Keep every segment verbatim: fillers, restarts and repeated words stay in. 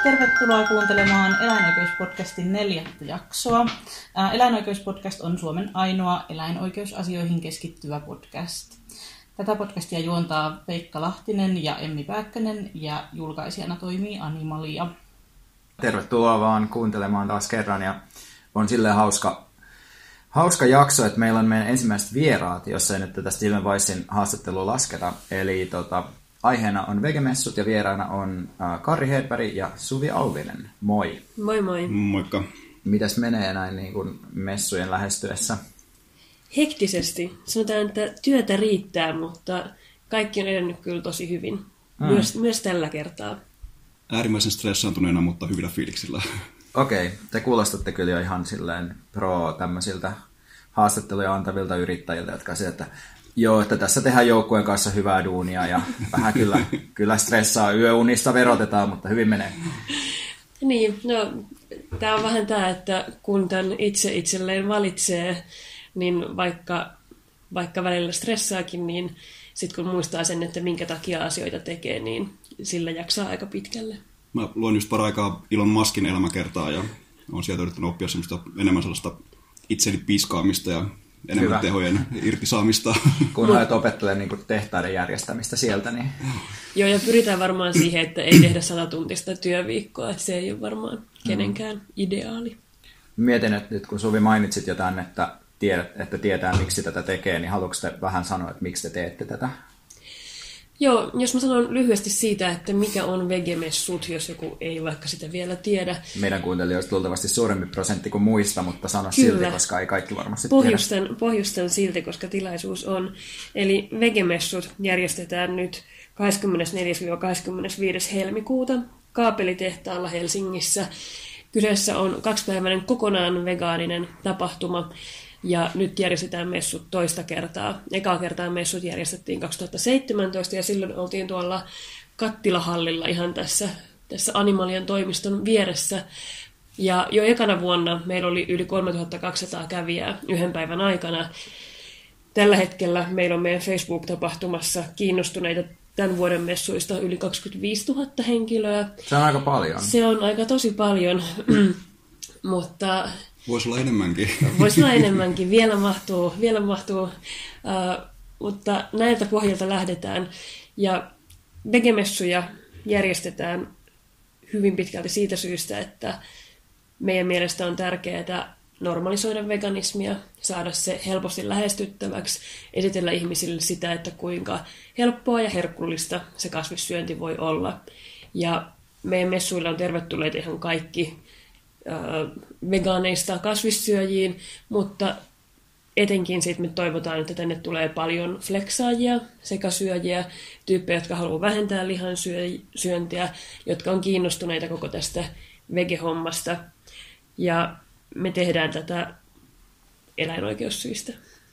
Tervetuloa kuuntelemaan Eläinoikeuspodcastin neljättä jaksoa. Eläinoikeuspodcast on Suomen ainoa eläinoikeusasioihin keskittyvä podcast. Tätä podcastia juontaa Veikka Lahtinen ja Emmi Pääkkönen ja julkaisijana toimii Animalia. Tervetuloa vaan kuuntelemaan taas kerran ja on silleen hauska, hauska jakso, että meillä on meidän ensimmäiset vieraat, jos ei nyt tätä Steven Weissin haastattelua lasketa. Eli tota, aiheena on vegemessut ja vieraana on äh, Karri Hedberg ja Suvi Auvinen. Moi! Moi moi! Moikka! Mitäs menee näin niin kuin messujen lähestyessä? Hektisesti. Sanotaan, että työtä riittää, mutta kaikki on edennyt kyllä tosi hyvin. Mm. Myös, myös tällä kertaa. Äärimmäisen stressaantuneena, mutta hyvillä fiiliksillä. Okei, okay. Te kuulostatte kyllä jo ihan silleen pro tämmöisiltä haastatteluja antavilta yrittäjiltä, jotka se, että joo, että tässä tehdään joukkueen kanssa hyvää duunia ja vähän kyllä, kyllä stressaa, yöunista verotetaan, mutta hyvin menee. Niin, no tämä on vähän tämä, että kun tämän itse itselleen valitsee, niin vaikka, vaikka välillä stressaakin, niin sitten kun muistaa sen, että minkä takia asioita tekee, niin sillä jaksaa aika pitkälle. Mä luin just paraikaa Elon Muskin elämäkertaa ja olen sieltä yrittänyt oppia semmoista enemmän sellaista itseni piskaamista ja enemmän Hyvä. tehojen irtisaamista. Kunhan et opettele niin kuin tehtaiden järjestämistä sieltä. Niin... Joo, ja pyritään varmaan siihen, että ei tehdä satatuntista työviikkoa, että se ei ole varmaan kenenkään ideaali. Mietin, että nyt kun Suvi mainitsit jotain, että, tiedät, että tietää miksi tätä tekee, niin haluatko te vähän sanoa, että miksi te teette tätä? Joo, jos mä sanon lyhyesti siitä, että mikä on vegemessut, jos joku ei vaikka sitä vielä tiedä. Meidän kuuntelijoista luultavasti suurempi prosentti kuin muista, mutta sano Kyllä. silti, koska ei kaikki varmasti pohjustan, tiedä. Pohjustan silti, koska tilaisuus on. Eli vegemessut järjestetään nyt kahdeskymmenesneljäs kahdeskymmenesviides helmikuuta Kaapelitehtaalla Helsingissä. Kyseessä on kaksipäiväinen kokonaan vegaaninen tapahtuma. Ja nyt järjestetään messut toista kertaa. Ekaa kertaa messut järjestettiin kaksituhattaseitsemäntoista ja silloin oltiin tuolla Kattilahallilla ihan tässä, tässä Animalian toimiston vieressä. Ja jo ekana vuonna meillä oli yli kolmetuhattakaksisataa kävijää yhden päivän aikana. Tällä hetkellä meillä on meidän Facebook-tapahtumassa kiinnostuneita tämän vuoden messuista yli kaksikymmentäviisituhatta henkilöä. Se on aika paljon. Se on aika tosi paljon, mutta... Voisi olla enemmänkin. Voisi olla enemmänkin. Vielä mahtuu, vielä mahtuu. Uh, mutta näiltä pohjalta lähdetään. Ja vegemessuja järjestetään hyvin pitkälti siitä syystä, että meidän mielestä on tärkeää normalisoida veganismia, saada se helposti lähestyttäväksi, esitellä ihmisille sitä, että kuinka helppoa ja herkullista se kasvissyönti voi olla. Ja meidän messuilla on tervetulleet ihan kaikki vegaaneista kasvissyöjiin, mutta etenkin siitä me toivotaan, että tänne tulee paljon fleksaajia, sekasyöjiä, tyyppejä, jotka haluaa vähentää lihan syöntiä, jotka on kiinnostuneita koko tästä vegehommasta. Ja me tehdään tätä eläinoikeussyistä.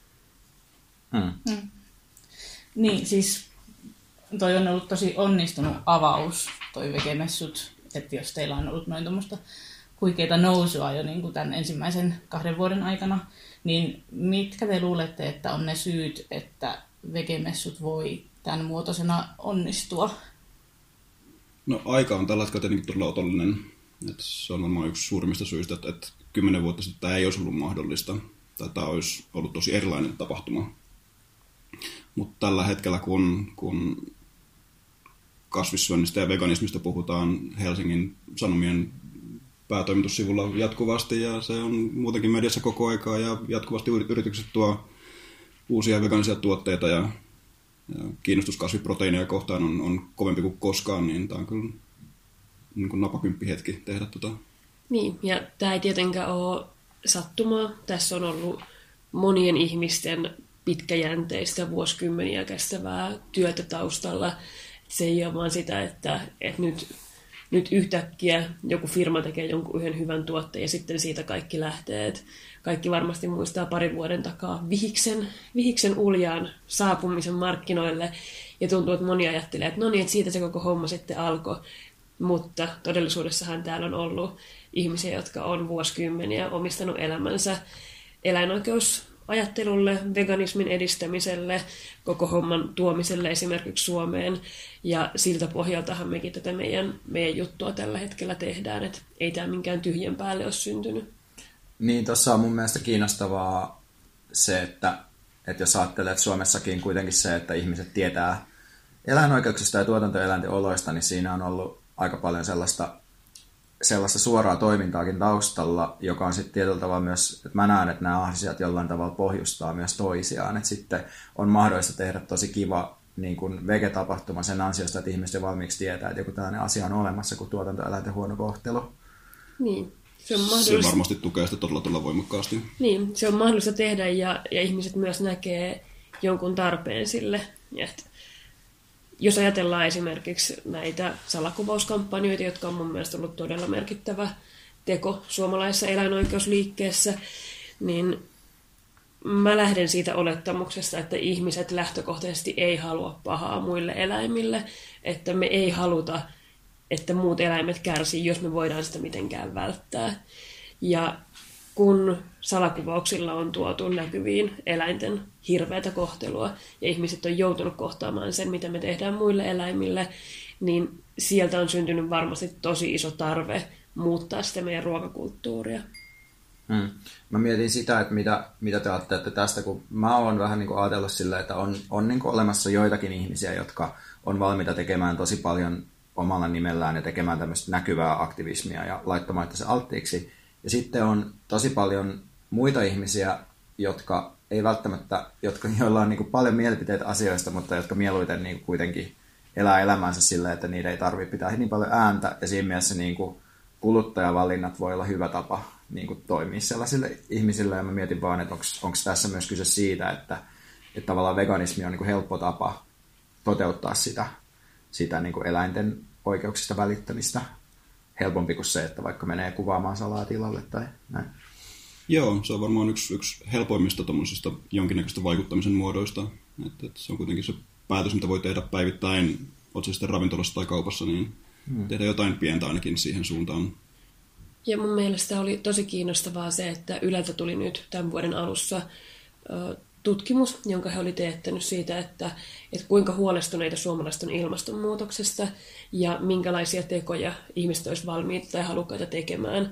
Hmm. Hmm. Niin, siis toi on ollut tosi onnistunut avaus, toi vegemessut, että jos teillä on ollut noin tuommoista huikeita nousua jo niin kuin tämän ensimmäisen kahden vuoden aikana, niin mitkä te luulette, että on ne syyt, että vegemessut voi tämän muotoisena onnistua? No aika on tällä hetkellä tietenkin todella otollinen. Että se on varmaan yksi suurimmista syistä, että, että kymmenen vuotta sitten tämä ei olisi ollut mahdollista. Tai tämä olisi ollut tosi erilainen tapahtuma. Mutta tällä hetkellä, kun, kun kasvissyönnistä ja veganismista puhutaan Helsingin Sanomien päätoimitussivulla jatkuvasti ja se on muutenkin mediassa koko aikaa ja jatkuvasti yritykset tuo uusia vegaanisia tuotteita ja, ja kiinnostus kasviproteiineja kohtaan on, on kovempi kuin koskaan, niin tämä on kyllä niin kuin napakymppi hetki tehdä tota. Niin, ja tämä ei tietenkään ole sattumaa. Tässä on ollut monien ihmisten pitkäjänteistä vuosikymmeniä kestävää työtä taustalla. Se ei ole vaan sitä, että, että nyt Nyt yhtäkkiä joku firma tekee jonkun yhden hyvän tuotteen ja sitten siitä kaikki lähtee. Et kaikki varmasti muistaa parin vuoden takaa vihiksen, vihiksen uljaan saapumisen markkinoille. Ja tuntuu, että moni ajattelee, että no niin, että siitä se koko homma sitten alkoi. Mutta todellisuudessahan täällä on ollut ihmisiä, jotka on vuosikymmeniä omistanut elämänsä eläinoikeus ajattelulle, veganismin edistämiselle, koko homman tuomiselle esimerkiksi Suomeen. Ja siltä pohjaltahan mekin tätä meidän, meidän juttua tällä hetkellä tehdään, että ei tämä minkään tyhjän päälle ole syntynyt. Niin, tuossa on mun mielestä kiinnostavaa se, että, että jos ajattelee, että Suomessakin kuitenkin se, että ihmiset tietää eläinoikeuksista ja tuotantoeläinten oloista, niin siinä on ollut aika paljon sellaista, sellaista suoraa toimintaakin taustalla, joka on sitten tietyllä tavalla myös, että mä näen, että nämä asiat jollain tavalla pohjustaa myös toisiaan, että sitten on mahdollista tehdä tosi kiva niin kuin vege-tapahtuma sen ansiosta, että ihmiset jo valmiiksi tietää, että joku tällainen asia on olemassa kuin tuotantoeläinten huono kohtelu. Niin. Se, on mahdollista... se varmasti tukee sitä todella, todella voimakkaasti. Niin, se on mahdollista tehdä ja, ja ihmiset myös näkee jonkun tarpeen sille. Et jos ajatellaan esimerkiksi näitä salakuvauskampanjoita, jotka on mun mielestä ollut todella merkittävä teko suomalaisessa eläinoikeusliikkeessä, niin mä lähden siitä olettamuksesta, että ihmiset lähtökohtaisesti ei halua pahaa muille eläimille, että me ei haluta, että muut eläimet kärsii, jos me voidaan sitä mitenkään välttää. Ja kun salakuvauksilla on tuotu näkyviin eläinten hirveätä kohtelua ja ihmiset on joutunut kohtaamaan sen, mitä me tehdään muille eläimille, niin sieltä on syntynyt varmasti tosi iso tarve muuttaa sitä meidän ruokakulttuuria. Hmm. Mä mietin sitä, että mitä, mitä te ajattelette tästä, kun mä oon vähän niin kuin ajatellut sillä, että on, on niin kuin olemassa joitakin ihmisiä, jotka on valmiita tekemään tosi paljon omalla nimellään ja tekemään tämmöistä näkyvää aktivismia ja laittamaan se alttiiksi. Ja sitten on tosi paljon muita ihmisiä, jotka ei välttämättä, jotka, joilla on niin kuin paljon mielipiteitä asioista, mutta jotka mieluiten niin kuin kuitenkin elää elämänsä sillä, että niitä ei tarvitse pitää niin paljon ääntä. Ja siinä mielessä niin kuin kuluttajavalinnat voi olla hyvä tapa niin kuin toimia sellaisille ihmisille. Ja mä mietin vaan, että onko tässä myös kyse siitä, että, että tavallaan veganismi on niin kuin helppo tapa toteuttaa sitä, sitä niin kuin eläinten oikeuksista välittämistä helpompi kuin se, että vaikka menee kuvaamaan salaa tilalle tai näin. Joo, se on varmaan yksi, yksi helpoimmista tuommoisista jonkinnäköistä vaikuttamisen muodoista. Että, että se on kuitenkin se päätös, mitä voi tehdä päivittäin, oot se sitten ravintolassa tai kaupassa, niin hmm. tehdä jotain pientä ainakin siihen suuntaan. Ja mun mielestä oli tosi kiinnostavaa se, että Yleltä tuli nyt tämän vuoden alussa tutkimus, jonka he oli teettänyt siitä, että, että kuinka huolestuneita suomalaiset on ilmastonmuutoksesta ja minkälaisia tekoja ihmiset olisivat valmiita tai halukkaita tekemään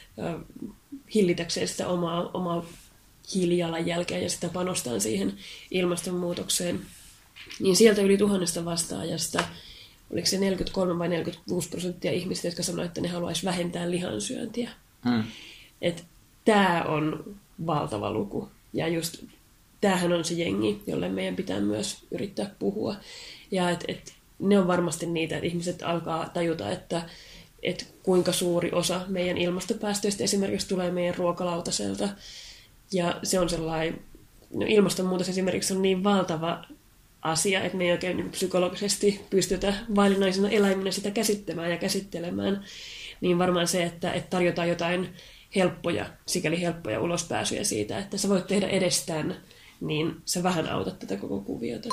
hillitäkseen sitä omaa, omaa hiilijalanjälkeä ja sitä panostaan siihen ilmastonmuutokseen. Niin sieltä yli tuhannesta vastaajasta, oliko se neljäkymmentäkolme vai neljäkymmentäkuusi prosenttia ihmistä, jotka sanoivat, että ne haluaisi vähentää lihansyöntiä. Hmm. Että tämä on valtava luku. Ja just tämähän on se jengi, jolle meidän pitää myös yrittää puhua. Ja et, et, ne on varmasti niitä, että ihmiset alkaa tajuta, että et kuinka suuri osa meidän ilmastopäästöistä esimerkiksi tulee meidän ruokalautaselta. Ja se on sellainen, no ilmastonmuutos esimerkiksi on niin valtava asia, että me ei oikein niin psykologisesti pystytä vaillinaisina eläiminä sitä käsittämään ja käsittelemään. Niin varmaan se, että, että tarjotaan jotain helppoja, sikäli helppoja ulospääsyjä siitä, että sä voit tehdä edes tämän, niin sä vähän autat tätä koko kuviota.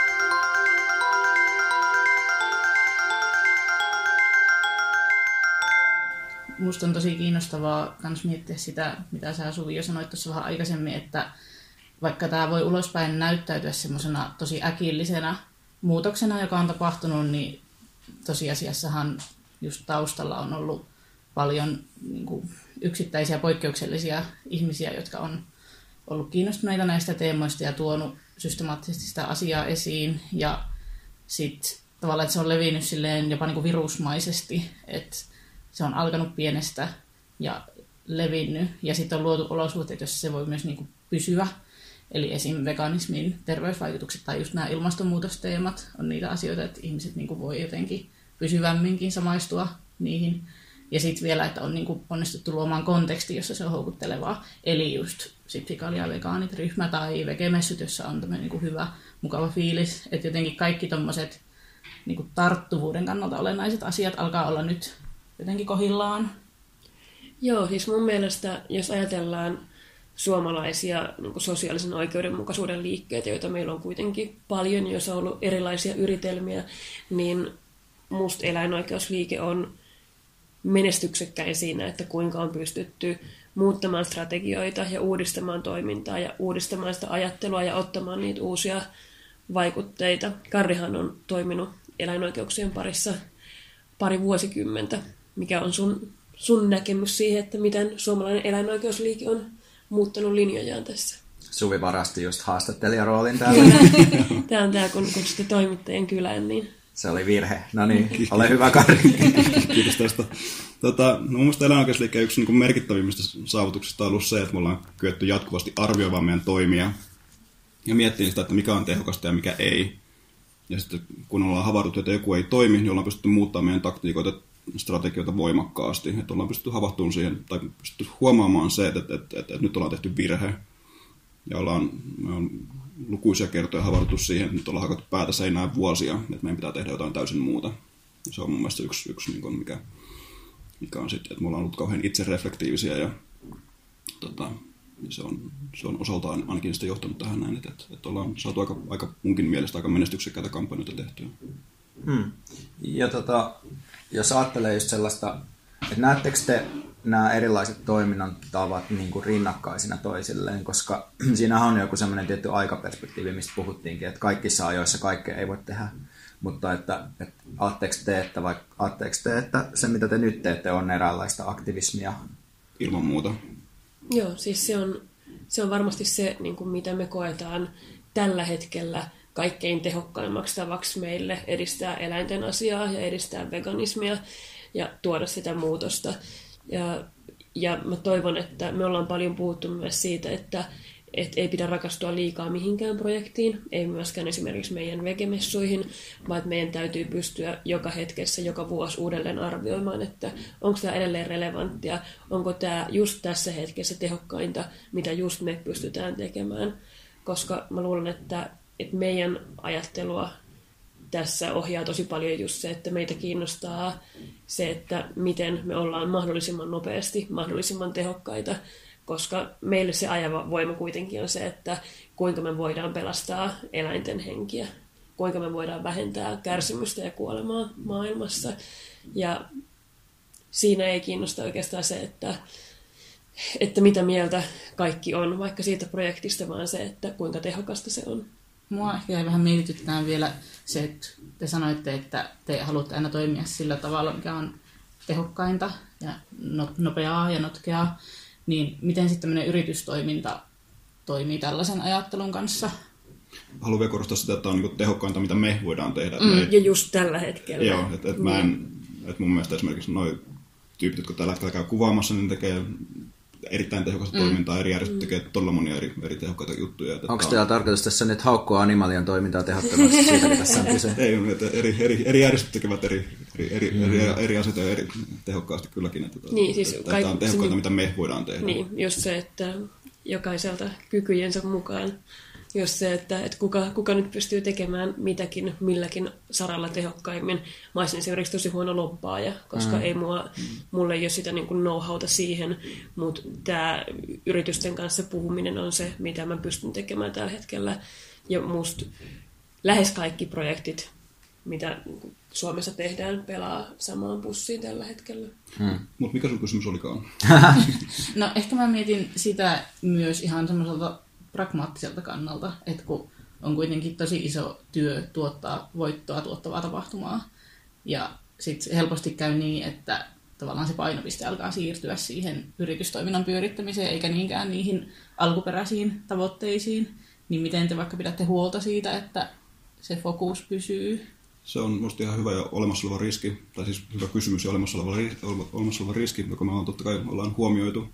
Musta on tosi kiinnostavaa kans miettiä sitä, mitä sä Suvi jo sanoit tuossa vähän aikaisemmin, että vaikka tämä voi ulospäin näyttäytyä semmoisena tosi äkillisenä muutoksena, joka on tapahtunut, niin tosiasiassahan just taustalla on ollut paljon niin kuin yksittäisiä poikkeuksellisia ihmisiä, jotka on ollut kiinnostuneita näistä teemoista ja tuonut systemaattisesti sitä asiaa esiin. Ja sitten tavallaan, että se on levinnyt silleen jopa niin kuin virusmaisesti, että se on alkanut pienestä ja levinnyt. Ja sitten on luotu olosuhteet, joissa se voi myös niin kuin pysyä. Eli esim. Veganismin terveysvaikutukset tai just nämä ilmastonmuutosteemat on niitä asioita, että ihmiset niin kuin voi jotenkin pysyvämminkin samaistua niihin. Ja sitten vielä, että on niin kuin onnistuttu luomaan konteksti, jossa se on houkuttelevaa. Eli just Sipsikali ja vegaanit ryhmä tai vegemessut, jossa on tämmöinen niin kuin hyvä, mukava fiilis. Että jotenkin kaikki tommoset niin kuin tarttuvuuden kannalta olennaiset asiat alkaa olla nyt jotenkin kohillaan. Joo, siis mun mielestä, jos ajatellaan suomalaisia niin kuin sosiaalisen oikeudenmukaisuuden liikkeitä, joita meillä on kuitenkin paljon, joissa on ollut erilaisia yritelmiä, niin musta eläinoikeusliike on menestyksekkäin siinä, että kuinka on pystytty muuttamaan strategioita ja uudistamaan toimintaa ja uudistamaan sitä ajattelua ja ottamaan niitä uusia vaikutteita. Karrihan on toiminut eläinoikeuksien parissa pari vuosikymmentä. Mikä on sun, sun näkemys siihen, että miten suomalainen eläinoikeusliike on muuttanut linjojaan tässä? Suvi varasti just haastattelijaroolin täällä. Tämä on tämä, kun kutsutte toimittajien kylään. Niin... Se oli virhe. No niin, ole hyvä, Kari. Kiitos tästä. Tota, no, mun mielestä eläinoikeusliikkeen yksi niin merkittävimmistä saavutuksista on ollut se, että me ollaan kyetty jatkuvasti arvioimaan meidän toimia ja miettimään sitä, että mikä on tehokasta ja mikä ei. Ja sitten kun ollaan havahduttu, että joku ei toimi, niin ollaan pystytty muuttamaan meidän taktiikoita, strategioita voimakkaasti. Että ollaan pystytty havahtumaan siihen, tai pystytty huomaamaan se, että, että, että, että nyt ollaan tehty virhe. Ja ollaan, me on lukuisia kertoja havahduttu siihen, että nyt ollaan hakattu päätä seinään vuosia, että meidän pitää tehdä jotain täysin muuta. Ja se on mun mielestä yksi, yksi niin kuin mikä, mikä on sitten, että me ollaan ollut kauhean itsereflektiivisiä ja tota, se, on, se on osaltaan ainakin sitä johtanut tähän näin, että, että ollaan saatu aika, aika munkin mielestä aika menestyksekkäitä kampanjoita tehtyä. Hmm. Ja tota, jos ajattelee just sellaista, että näettekö te nämä erilaiset toiminnan tavat niin kuin rinnakkaisina toisilleen, koska siinähän on joku semmoinen tietty aikaperspektiivi, mistä puhuttiinkin, että kaikissa ajoissa kaikkea ei voi tehdä, mutta että, että aatteeko te, että, vaikka, aatteeko te, että se mitä te nyt teette on eräänlaista aktivismia? Ilman muuta. Joo, siis se on, se on varmasti se, niin kuin mitä me koetaan tällä hetkellä kaikkein tehokkaimmaksi tavaksi meille edistää eläinten asiaa ja edistää veganismia ja tuoda sitä muutosta. Ja, ja mä toivon, että me ollaan paljon puhuttu myös siitä, että et ei pidä rakastua liikaa mihinkään projektiin, ei myöskään esimerkiksi meidän vegemessuihin, vaan että meidän täytyy pystyä joka hetkessä, joka vuosi uudelleen arvioimaan, että onko tämä edelleen relevanttia, onko tämä just tässä hetkessä tehokkainta, mitä just me pystytään tekemään. Koska mä luulen, että, että meidän ajattelua tässä ohjaa tosi paljon just se, että meitä kiinnostaa se, että miten me ollaan mahdollisimman nopeasti, mahdollisimman tehokkaita, koska meille se ajava voima kuitenkin on se, että kuinka me voidaan pelastaa eläinten henkiä, kuinka me voidaan vähentää kärsimystä ja kuolemaa maailmassa. Ja siinä ei kiinnosta oikeastaan se, että, että mitä mieltä kaikki on vaikka siitä projektista, vaan se, että kuinka tehokasta se on. Mua ehkä jäi vähän mietityttää vielä se, että te sanoitte, että te haluatte aina toimia sillä tavalla, mikä on tehokkainta ja nopeaa ja notkeaa. Niin miten sitten tämmöinen yritystoiminta toimii tällaisen ajattelun kanssa? Haluan vielä korostaa sitä, että on niin tehokkainta, mitä me voidaan tehdä. Mm, ei... Ja just tällä hetkellä. Joo, että et mä en, et mun mielestä esimerkiksi nuo tyypit, jotka tällä hetkellä käy kuvaamassa, niin tekee erittäin tehokasta mm. toimintaa, eri järjestöt tekee todella monia eri, eri tehokkaita juttuja. Että onko teillä on... tarkoitus tässä nyt haukkua Animalian toimintaa tehottomasti? Siitä tässä on kyse. Ei, että eri, eri, eri järjestöt tekevät eri, eri, eri, mm. eri, eri asioita eri tehokkaasti kylläkin. Että, niin, siis että kaik... tämä on tehokkaita, se, mitä me voidaan tehdä. Niin, just se, että jokaiselta kykyjensä mukaan. Just se, että, että kuka, kuka nyt pystyy tekemään mitäkin, milläkin saralla tehokkaimmin. Mä olisin esimerkiksi tosi huono lobbaaja, koska mm. ei mua, mulle ei ole sitä niin kuin know-howta siihen, mutta tämä yritysten kanssa puhuminen on se, mitä mä pystyn tekemään tällä hetkellä. Ja musta lähes kaikki projektit, mitä Suomessa tehdään, pelaa samaan pussiin tällä hetkellä. Hmm. Mutta mikä sun kysymys olikaan? No ehkä mä mietin sitä myös ihan semmoiselta pragmaattiselta kannalta, että kun on kuitenkin tosi iso työ tuottaa voittoa tuottavaa tapahtumaa, ja sitten helposti käy niin, että tavallaan se painopiste alkaa siirtyä siihen yritystoiminnan pyörittämiseen, eikä niinkään niihin alkuperäisiin tavoitteisiin, niin miten te vaikka pidätte huolta siitä, että se fokus pysyy? Se on musta ihan hyvä ja olemassa oleva riski, tai siis hyvä kysymys ja olemassa oleva, olemassa oleva riski, joka me ollaan totta kai ollaan huomioitu.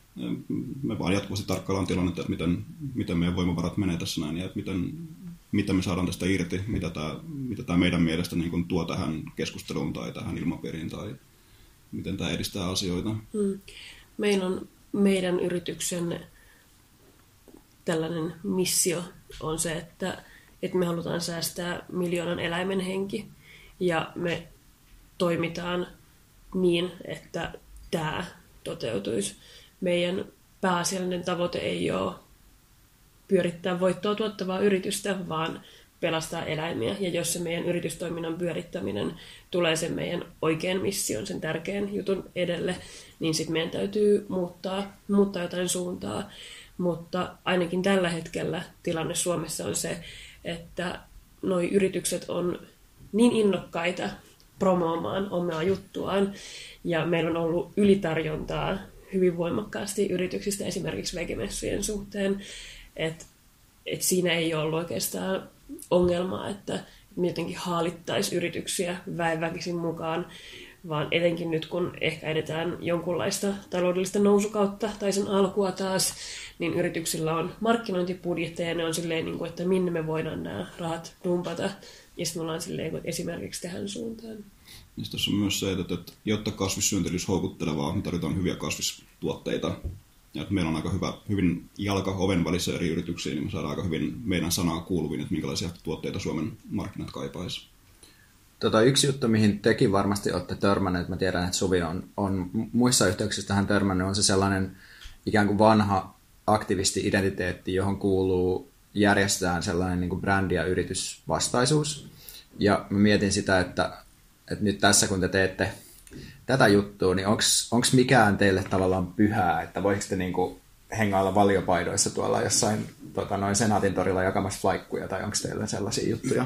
Me vaan jatkuvasti tarkkaillaan tilannetta, että miten, miten meidän voimavarat menee tässä näin ja että miten, mitä me saadaan tästä irti, mitä tämä, mitä tämä meidän mielestä niin kuin tuo tähän keskusteluun tai tähän ilmapiiriin tai miten tämä edistää asioita. Hmm. Meillä on meidän yrityksen tällainen missio on se, että, että me halutaan säästää miljoonan eläimen henki ja me toimitaan niin, että tämä toteutuisi. Meidän pääasiallinen tavoite ei ole pyörittää voittoa tuottavaa yritystä, vaan pelastaa eläimiä. Ja jos se meidän yritystoiminnan pyörittäminen tulee sen meidän oikean mission, sen tärkeän jutun edelle, niin sitten meidän täytyy muuttaa, muuttaa jotain suuntaa. Mutta ainakin tällä hetkellä tilanne Suomessa on se, että noi yritykset on niin innokkaita promoomaan omaa juttuaan, ja meillä on ollut ylitarjontaa hyvin voimakkaasti yrityksistä esimerkiksi vegemessujen suhteen, että et siinä ei ole ollut oikeastaan ongelmaa, että me jotenkin haalittaisiin yrityksiä väen väkisin mukaan, vaan etenkin nyt, kun ehkä edetään jonkunlaista taloudellista nousukautta tai sen alkua taas, niin yrityksillä on markkinointibudjetteja ja ne on silleen, että minne me voidaan nämä rahat dumpata. Ja sitten me ollaan silleen, että esimerkiksi tähän suuntaan. Ja tässä on myös se, että jotta kasvissyönti olisi houkuttelevaa, me tarvitaan hyviä kasvistuotteita. Ja että meillä on aika hyvä, hyvin jalka oven välissä eri yrityksiä, niin me saadaan aika hyvin meidän sanaa kuuluviin, että minkälaisia tuotteita Suomen markkinat kaipaisi. Tota, yksi juttu, mihin tekin varmasti olette törmänneet, mä tiedän, että Suvi on, on muissa yhteyksissä tähän törmännyt, on se sellainen ikään kuin vanha aktivisti-identiteetti, johon kuuluu järjestetään sellainen niin kuin brändi- ja yritysvastaisuus. Ja mä mietin sitä, että, että nyt tässä kun te teette tätä juttua, niin onko mikään teille tavallaan pyhää, että voiko te niin kuin hengailla valiopaidoissa tuolla jossain tota, noin Senaatin torilla jakamassa flaikkuja, tai onko teillä sellaisia juttuja?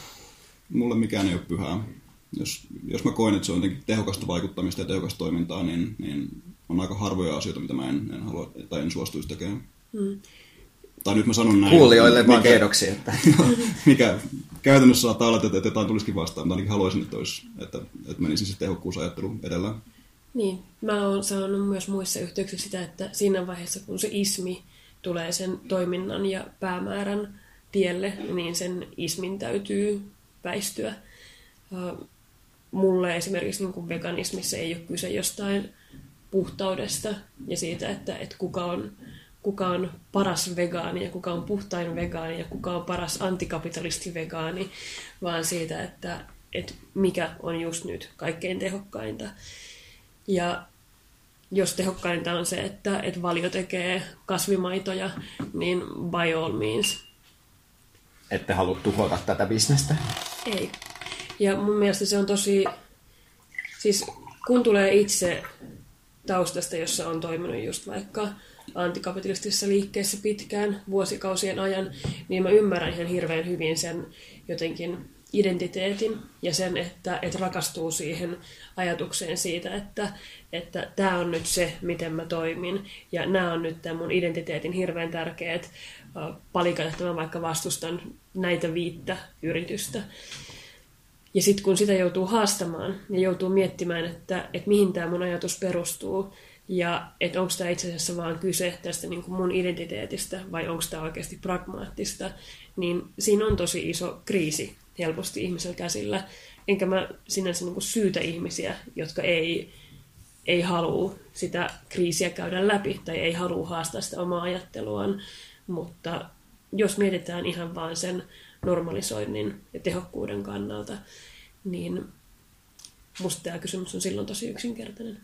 Mulle mikään ei ole pyhää. Jos, jos mä koen, että se on jotenkin tehokasta vaikuttamista ja tehokasta toimintaa, niin, niin on aika harvoja asioita, mitä mä en, en halua tai en suostuisi tekemään. Mm. Tai nyt mä sanon näin. Kuulijoille vaan tiedoksi. Että. Mikä käytännössä saattaa olla, että jotain tulisikin vastaan, mutta ainakin haluaisin, että, olisi, että, että menisin se tehokkuusajattelu edellä. Niin, mä oon sanonut myös muissa yhteyksissä sitä, että siinä vaiheessa, kun se ismi tulee sen toiminnan ja päämäärän tielle, niin sen ismin täytyy väistyä. Mulle esimerkiksi niin kuin veganismissa ei ole kyse jostain puhtaudesta ja siitä, että, että kuka, on, kuka on paras vegaani ja kuka on puhtain vegaani ja kuka on paras antikapitalisti vegaani, vaan siitä, että, että mikä on just nyt kaikkein tehokkainta. Ja jos tehokkainta on se, että, että Valio tekee kasvimaitoja, niin by all means. Ette halua tuhota tätä bisnestä? Ei. Ja mun mielestä se on tosi, siis kun tulee itse taustasta, jossa on toiminut just vaikka antikapitalistisessa liikkeessä pitkään, vuosikausien ajan, niin mä ymmärrän ihan hirveän hyvin sen jotenkin identiteetin ja sen, että, että rakastuu siihen ajatukseen siitä, että että tämä on nyt se, miten mä toimin, ja nämä on nyt tämän mun identiteetin hirveän tärkeät palikat, että mä vaikka vastustan näitä viittä yritystä. Ja sitten kun sitä joutuu haastamaan ja joutuu miettimään, että, että mihin tämä mun ajatus perustuu, ja että onko tämä itse asiassa vaan kyse tästä niin kuin mun identiteetistä, vai onko tämä oikeasti pragmaattista, niin siinä on tosi iso kriisi helposti ihmisellä käsillä. Enkä mä sinänsä niin kuin syytä ihmisiä, jotka ei, ei halua sitä kriisiä käydä läpi, tai ei halua haastaa sitä omaa ajatteluaan, mutta jos mietitään ihan vaan sen normalisoinnin ja tehokkuuden kannalta, niin musta tämä kysymys on silloin tosi yksinkertainen.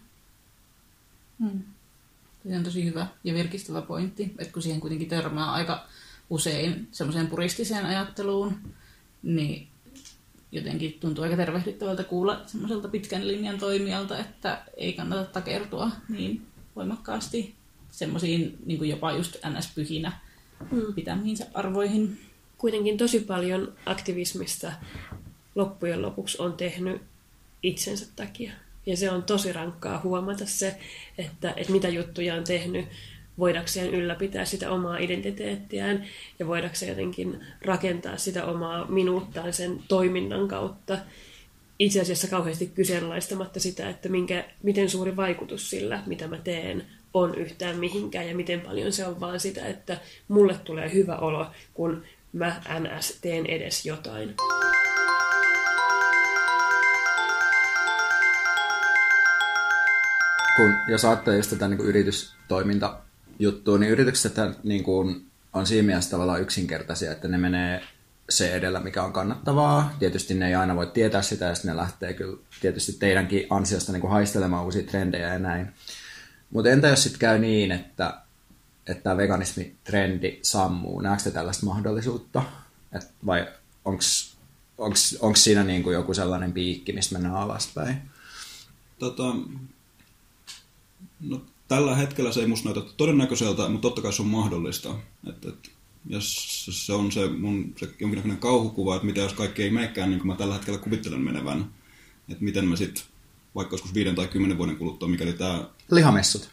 Hmm. Se on tosi hyvä ja virkistävä pointti, että kun siihen kuitenkin törmää aika usein semmoiseen puristiseen ajatteluun, niin jotenkin tuntuu aika tervehdyttävältä kuulla semmoiselta pitkän linjan toimijalta, että ei kannata takertua niin voimakkaasti semmoisiin niin kuin jopa just ns-pyhinä hmm. pitämiinsä arvoihin. Kuitenkin tosi paljon aktivismista loppujen lopuksi on tehnyt itsensä takia. Ja se on tosi rankkaa huomata se, että, että mitä juttuja on tehnyt voidakseen ylläpitää sitä omaa identiteettiään ja voidakseen jotenkin rakentaa sitä omaa minuuttaan sen toiminnan kautta. Itse asiassa kauheasti kyseenalaistamatta sitä, että minkä, miten suuri vaikutus sillä, mitä mä teen, on yhtään mihinkään ja miten paljon se on vaan sitä, että mulle tulee hyvä olo, kun mä ns. Teen edes jotain. Kun, jos ajattelee just tätä niin kuin yritystoimintajuttua, niin yritykset niin kuin, on siinä mielessä tavallaan yksinkertaisia, että ne menee se edellä, mikä on kannattavaa. Tietysti ne ei aina voi tietää sitä, ja sitten ne lähtee kyllä tietysti teidänkin ansiosta niin kuin haistelemaan uusia trendejä ja näin. Mutta entä jos sitten käy niin, että, että tämä veganismitrendi sammuu? Näetkö te tällaista mahdollisuutta? Et vai onko siinä niin kuin joku sellainen piikki, mistä mennään alaspäin? Tota, no, tällä hetkellä se ei musta näytä todennäköiseltä, mutta totta kai se on mahdollista. Et, et, jos se on se mun se jonkinlainen kauhukuva, että mitä jos kaikki ei menekään niin kuin mä tällä hetkellä kuvittelen menevän. Että miten me sitten, vaikka joskus viiden tai kymmenen vuoden kuluttua, mikäli tämä... Lihamessut.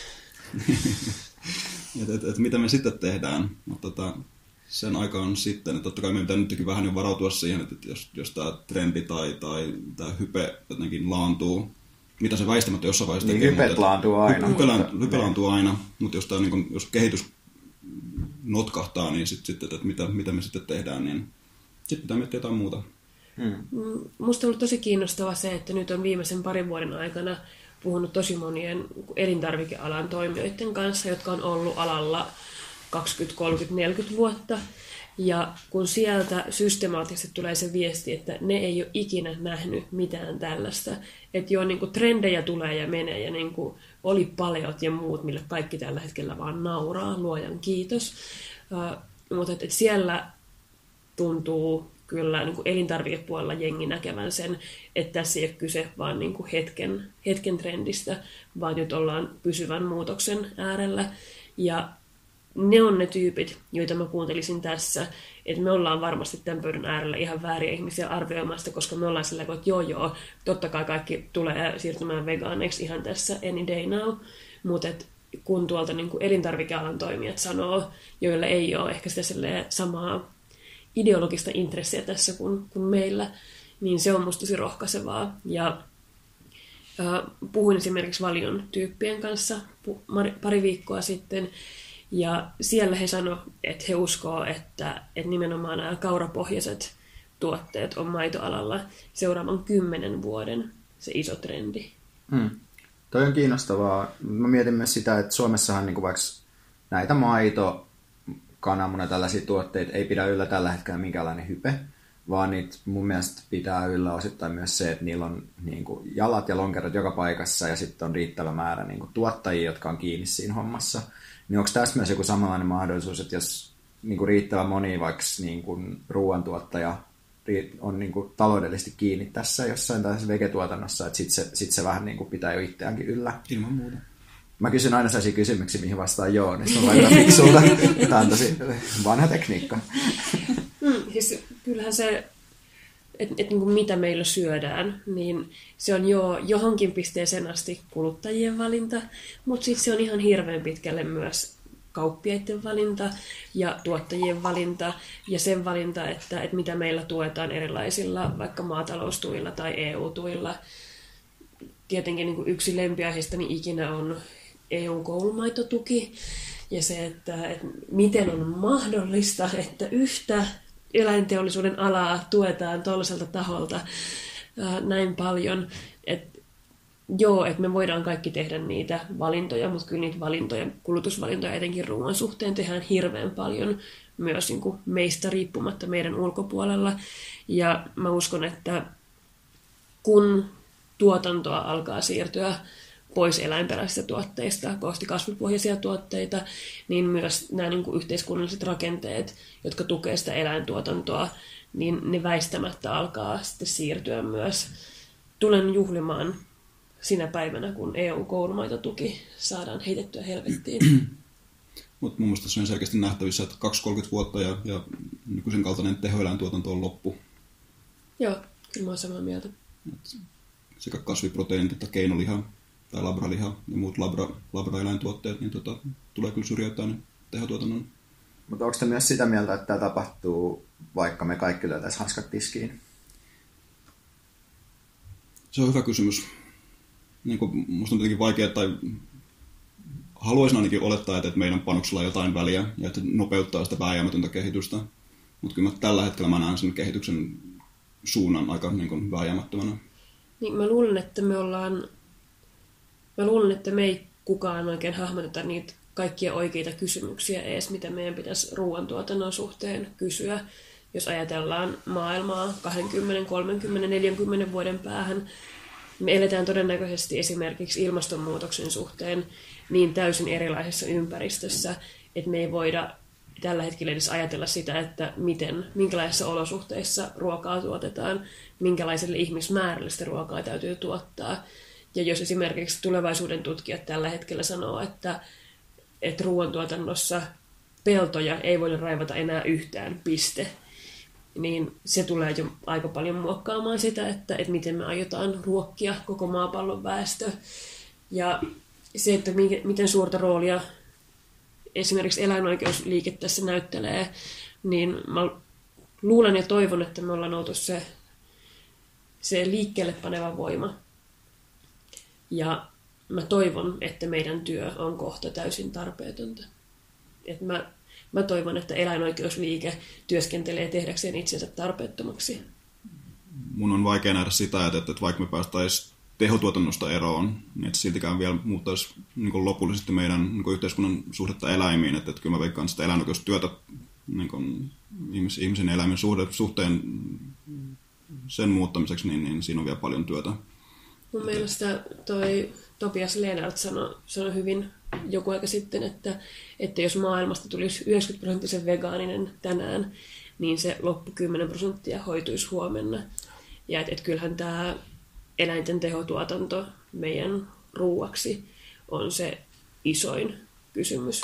että et, et, mitä me sitten tehdään. Mutta tota, sen aika on sitten, että totta kai meidän pitää nytkin vähän jo varautua siihen, että jos, jos tämä trendi tai, tai tämä hype jotenkin laantuu, mitä se väistämättä jossain vaiheessa niin tekee. Hypet mutta, laantuu aina. Hype, hype, hype laantuu aina, mutta jos, tämä, niin kun, jos kehitys notkahtaa, niin sitten, sit, että mitä, mitä me sitten tehdään, niin sitten pitää miettiä jotain muuta. Hmm. Musta on ollut tosi kiinnostavaa se, että nyt on viimeisen parin vuoden aikana puhunut tosi monien elintarvikealan toimijoiden kanssa, jotka on ollut alalla kaksikymmentä, kolmekymmentä, neljäkymmentä vuotta. Ja kun sieltä systemaattisesti tulee se viesti, että ne ei ole ikinä nähnyt mitään tällaista. Että jo niin kuin trendejä tulee ja menee ja niin kuin oli paleot ja muut, millä kaikki tällä hetkellä vaan nauraa, luojan kiitos. Uh, mutta et, et siellä tuntuu kyllä niin kuin elintarvikepuolella jengi näkevän sen, että tässä ei ole kyse vaan niin kuin hetken, hetken trendistä, vaan nyt ollaan pysyvän muutoksen äärellä. Ja ne on ne tyypit, joita mä kuuntelisin tässä, että me ollaan varmasti tämän pöydän äärellä ihan vääriä ihmisiä arvioimaan sitä, koska me ollaan sillä, että joo joo, totta kai kaikki tulee siirtymään vegaaneiksi ihan tässä any day now, mutta kun tuolta niin kuin elintarvikealan toimijat sanoo, joilla ei ole ehkä sitä samaa ideologista intressiä tässä kuin, kuin meillä, niin se on musta tosi rohkaisevaa. Ja äh, puhuin esimerkiksi Valion tyyppien kanssa pari viikkoa sitten, ja siellä he sanoivat, että he uskoo, että, että nimenomaan nämä kaurapohjaiset tuotteet on maitoalalla seuraavan kymmenen vuoden se iso trendi. Hmm. Toi on kiinnostavaa. Mä mietin myös sitä, että Suomessahan niin kuin vaikka näitä maito, kananmuna, tällaisia tuotteita ei pidä yllä tällä hetkellä minkäänlainen hype, vaan niitä mun mielestä pitää yllä osittain myös se, että niillä on niin kuin jalat ja lonkerot joka paikassa ja sitten on riittävä määrä niin kuin tuottajia, jotka on kiinni siinä hommassa. Niin onko tässä myös joku samanlainen mahdollisuus, että jos niin kuin riittävä moni vaikka niin kuin ruoantuottaja on niin kuin taloudellisesti kiinni tässä jossain tällaisessa vegetuotannossa, että sitten se, sit se vähän niin kuin pitää jo itseäänkin yllä? Ilman muuta. Mä kysyn aina sellaisia kysymyksiä, mihin vastaan joo, niin sitten on vaikka fiksulta. Tämä on tosi vanha tekniikka. Mm, siis kyllähän se, että et, niin mitä meillä syödään, niin se on jo johonkin pisteeseen asti kuluttajien valinta, mutta sitten se on ihan hirveän pitkälle myös kauppiaiden valinta ja tuottajien valinta ja sen valinta, että, että mitä meillä tuetaan erilaisilla vaikka maataloustuilla tai E U-tuilla. Tietenkin niin kuin yksi lempiaiheistani ikinä on E U-koulumaitotuki ja se, että, että miten on mahdollista, että yhtä eläinteollisuuden alaa tuetaan tuollaiselta taholta ää, näin paljon. Et, joo, että me voidaan kaikki tehdä niitä valintoja, mutta kyllä niitä valintoja, kulutusvalintoja etenkin ruoan suhteen tehdään hirveän paljon myös niin kuin meistä riippumatta meidän ulkopuolella. Ja mä uskon, että kun tuotantoa alkaa siirtyä pois eläinperäisistä tuotteista kohti kasvipohjaisia tuotteita, niin myös nämä niin kuin yhteiskunnalliset rakenteet, jotka tukevat sitä eläintuotantoa, niin ne väistämättä alkaa sitten siirtyä myös. Tulen juhlimaan sinä päivänä, kun E U-koulumaitotuki saadaan heitettyä helvettiin. Mutta mun mielestä se on selkeästi nähtävissä, että kaksikymmentä kolmekymmentä vuotta ja, ja nykyisen kaltainen tehoeläintuotanto on loppu. Joo, kyllä mä oon samaa mieltä. Et sekä kasviproteiinit että keinoliha tai labraliha ja muut labra, labra-eläintuotteet, niin tota, tulee kyllä syrjäyttää ne tehotuotannon. Mutta onko te myös sitä mieltä, että tämä tapahtuu, vaikka me kaikki löytäisiin hanskat tiskiin? Se on hyvä kysymys. Niin kuin musta on tietenkin vaikea, tai haluaisin ainakin olettaa, että meidän panoksella on jotain väliä ja että se nopeuttaa sitä vääjäämätöntä kehitystä. Mutta kyllä mä tällä hetkellä mä näen sen kehityksen suunnan aika niin kuin vääjäämättömänä. Niin, mä luulen, että me ollaan Mä luulen, että me ei kukaan oikein hahmoteta niitä kaikkia oikeita kysymyksiä edes, mitä meidän pitäisi ruoantuotannon suhteen kysyä. Jos ajatellaan maailmaa kaksikymmentä, kolmekymmentä, neljäkymmentä vuoden päähän, me eletään todennäköisesti esimerkiksi ilmastonmuutoksen suhteen niin täysin erilaisessa ympäristössä, että me ei voida tällä hetkellä edes ajatella sitä, että miten, minkälaisissa olosuhteissa ruokaa tuotetaan, minkälaiselle ihmismäärälle sitä ruokaa täytyy tuottaa. Ja jos esimerkiksi tulevaisuuden tutkijat tällä hetkellä sanoo, että, että ruoantuotannossa peltoja ei voida raivata enää yhtään, piste, niin se tulee jo aika paljon muokkaamaan sitä, että, että miten me aiotaan ruokkia koko maapallon väestö. Ja se, että miten suurta roolia esimerkiksi eläinoikeusliike tässä näyttelee, niin mä luulen ja toivon, että me ollaan oltu se, se liikkeelle paneva voima. Ja mä toivon, että meidän työ on kohta täysin tarpeetonta. Et mä, mä toivon, että eläinoikeusliike työskentelee tehdäkseen itsensä tarpeettomaksi. Mun on vaikea nähdä sitä, että, että vaikka me päästäisiin tehotuotannosta eroon, niin että siltikään vielä muuttaisi niin kuin lopullisesti meidän niin kuin yhteiskunnan suhdetta eläimiin. Että, että kyllä mä veikkaan sitä eläinoikeustyötä niin kuin ihmis, ihmisen ja eläimen suhde, suhteen sen muuttamiseksi, niin, niin siinä on vielä paljon työtä. Mun mielestä toi Tobias Lennart sanoi, sanoi hyvin joku aika sitten, että, että jos maailmasta tulisi yhdeksänkymmentä prosenttisen vegaaninen tänään, niin se loppu kymmenen prosenttia hoituisi huomenna. Ja että et kyllähän tämä eläinten tehotuotanto meidän ruuaksi on se isoin kysymys.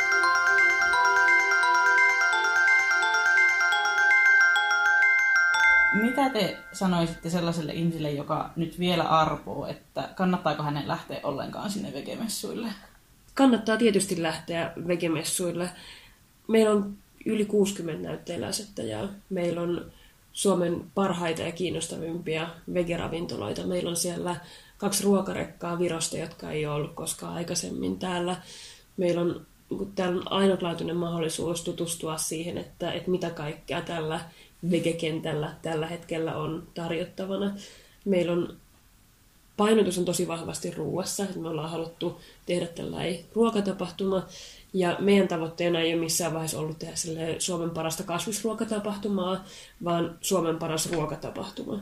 Mitä te sanoisitte sellaiselle ihmiselle, joka nyt vielä arpoo, että kannattaako hänen lähteä ollenkaan sinne vegemessuille? Kannattaa tietysti lähteä vegemessuille. Meillä on yli kuusikymmentä näytteiläasettajaa. Meillä on Suomen parhaita ja kiinnostavimpia vegeravintoloita. Meillä on siellä kaksi ruokarekkaa Virosta, jotka ei ole ollut koskaan aikaisemmin täällä. Meillä on, täällä on ainutlaatuinen mahdollisuus tutustua siihen, että, että mitä kaikkea tällä vegekentällä tällä hetkellä on tarjottavana. Meillä on painotus on tosi vahvasti ruuassa. Me ollaan haluttu tehdä tällainen ruokatapahtuma. Ja meidän tavoitteena ei ole missään vaiheessa ollut tehdä Suomen parasta kasvisruokatapahtumaa, vaan Suomen paras ruokatapahtuma.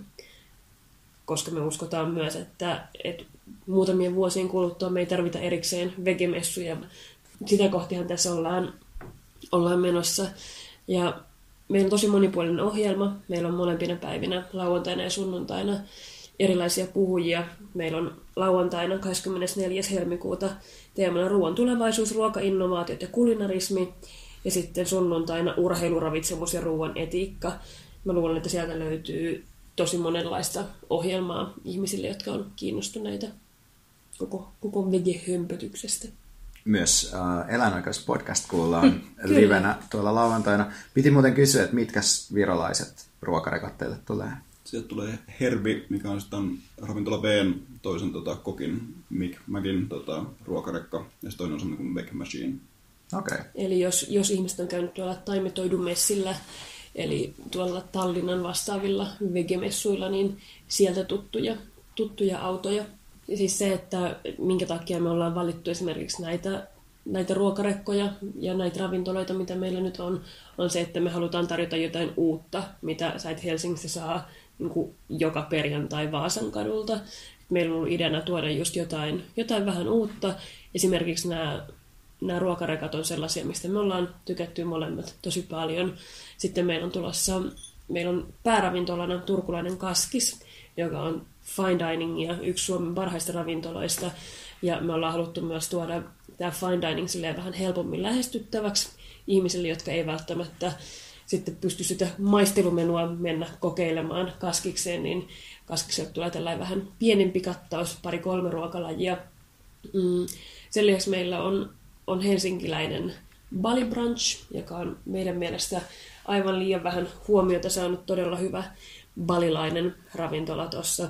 Koska me uskotaan myös, että, että muutamien vuosien kuluttua me ei tarvita erikseen vegemessuja. Sitä kohtihan tässä ollaan, ollaan menossa. Ja meillä on tosi monipuolinen ohjelma. Meillä on molempina päivinä, lauantaina ja sunnuntaina, erilaisia puhujia. Meillä on lauantaina kahdeskymmenesneljäs helmikuuta teemana ruoan tulevaisuus, ruokainnovaatiot ja kulinarismi. Ja sitten sunnuntaina urheilu, ravitsemus ja ruoan etiikka. Mä luulen, että sieltä löytyy tosi monenlaista ohjelmaa ihmisille, jotka on kiinnostuneita koko, koko vegehömpötyksestä. Myös äh, eläinoikeuspodcast kuullaan livenä tuolla lauantaina. Piti muuten kysyä, että mitkä virolaiset ruokarekat teille tulee? Sieltä tulee Herbi, mikä on sitten ravintola V:n toisen tota, kokin Mick Magin tota, ruokarekka, ja sitten toinen on semmoinen kuin Veg Machine. Okay. Eli jos, jos ihmiset on käynyt tuolla Taimetoidun messillä, eli tuolla Tallinnan vastaavilla vegemessuilla, niin sieltä tuttuja, tuttuja autoja. Ja siis se, että minkä takia me ollaan valittu esimerkiksi näitä, näitä ruokarekkoja ja näitä ravintoloita, mitä meillä nyt on, on se, että me halutaan tarjota jotain uutta, mitä sä et Helsingissä saa niin kuin joka perjantai Vaasan kadulta. Meillä on ollut ideana tuoda just jotain, jotain vähän uutta. Esimerkiksi nämä, nämä ruokarekat on sellaisia, mistä me ollaan tykätty molemmat tosi paljon. Sitten meillä on tulossa, meillä on pääravintolana turkulainen Kaskis, joka on fine dining ja yksi Suomen parhaista ravintoloista. Ja me ollaan haluttu myös tuoda tämä fine dining silleen vähän helpommin lähestyttäväksi ihmisille, jotka ei välttämättä sitten pysty sitä maistelumenua mennä kokeilemaan Kaskikseen, niin Kaskikselta tulee tällainen vähän pienempi kattaus, pari-kolme ruokalajia. Mm. Sen lisäksi meillä on, on helsinkiläinen Bali Brunch, joka on meidän mielestä aivan liian vähän huomiota saanut, todella hyvä balilainen ravintola tuossa.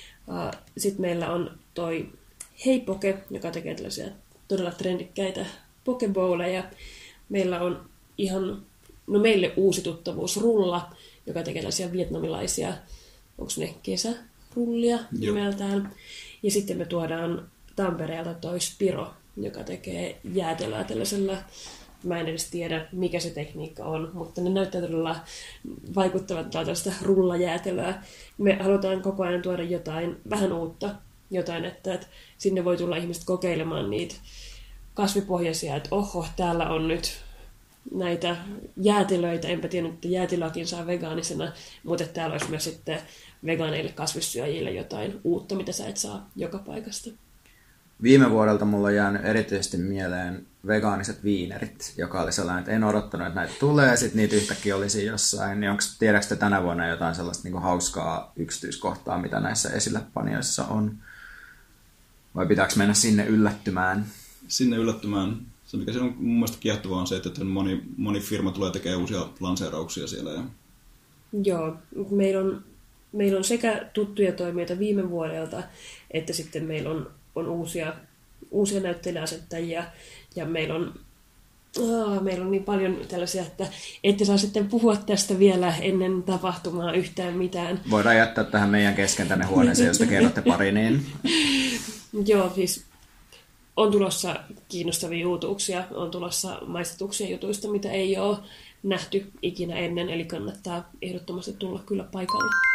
Sitten meillä on toi Hei Poke, joka tekee tällaisia todella trendikkäitä pokebowleja. Meillä on ihan, no meille uusi tuttavuus Rulla, joka tekee tällaisia vietnamilaisia, onko ne kesärullia nimeltään. Ja sitten me tuodaan Tampereelta toi Spiro, joka tekee jäätelöä tällaisella, mä en edes tiedä mikä se tekniikka on, mutta ne näyttää todella vaikuttavat tällaista rullajäätelöä. Me halutaan koko ajan tuoda jotain vähän uutta, jotain, että, että sinne voi tulla ihmiset kokeilemaan niitä kasvipohjaisia, että oho, täällä on nyt näitä jäätelöitä. Enpä tiedä, että jäätilöäkin saa vegaanisena, mutta että täällä olisi myös sitten vegaaneille kasvissyöjille jotain uutta, mitä sä et saa joka paikasta. Viime vuodelta mulla on jäänyt erityisesti mieleen vegaaniset viinerit, joka oli sellainen, että en odottanut, että näitä tulee, ja sitten niitä yhtäkkiä olisi jossain. Niin onko, tiedätkö te tänä vuonna jotain sellaista niin kuin hauskaa yksityiskohtaa, mitä näissä esillepanijoissa on? Vai pitääkö mennä sinne yllättymään? Sinne yllättymään. Se, mikä siinä on mun mielestä kiehtovaa, on se, että moni, moni firma tulee tekemään uusia lanseerauksia siellä. Ja... Joo, meillä on, meillä on sekä tuttuja toimijoita viime vuodelta, että sitten meillä on, on uusia, uusia näyttelijäasettajia, ja meillä on, aah, meillä on niin paljon tällaisia, että ette saa sitten puhua tästä vielä ennen tapahtumaa yhtään mitään. Voidaan jättää tähän meidän kesken tänne huoneeseen, josta kerrotte pari, niin... Joo, siis on tulossa kiinnostavia uutuuksia, on tulossa maistatuksia jutuista, mitä ei ole nähty ikinä ennen, eli kannattaa ehdottomasti tulla kyllä paikalle.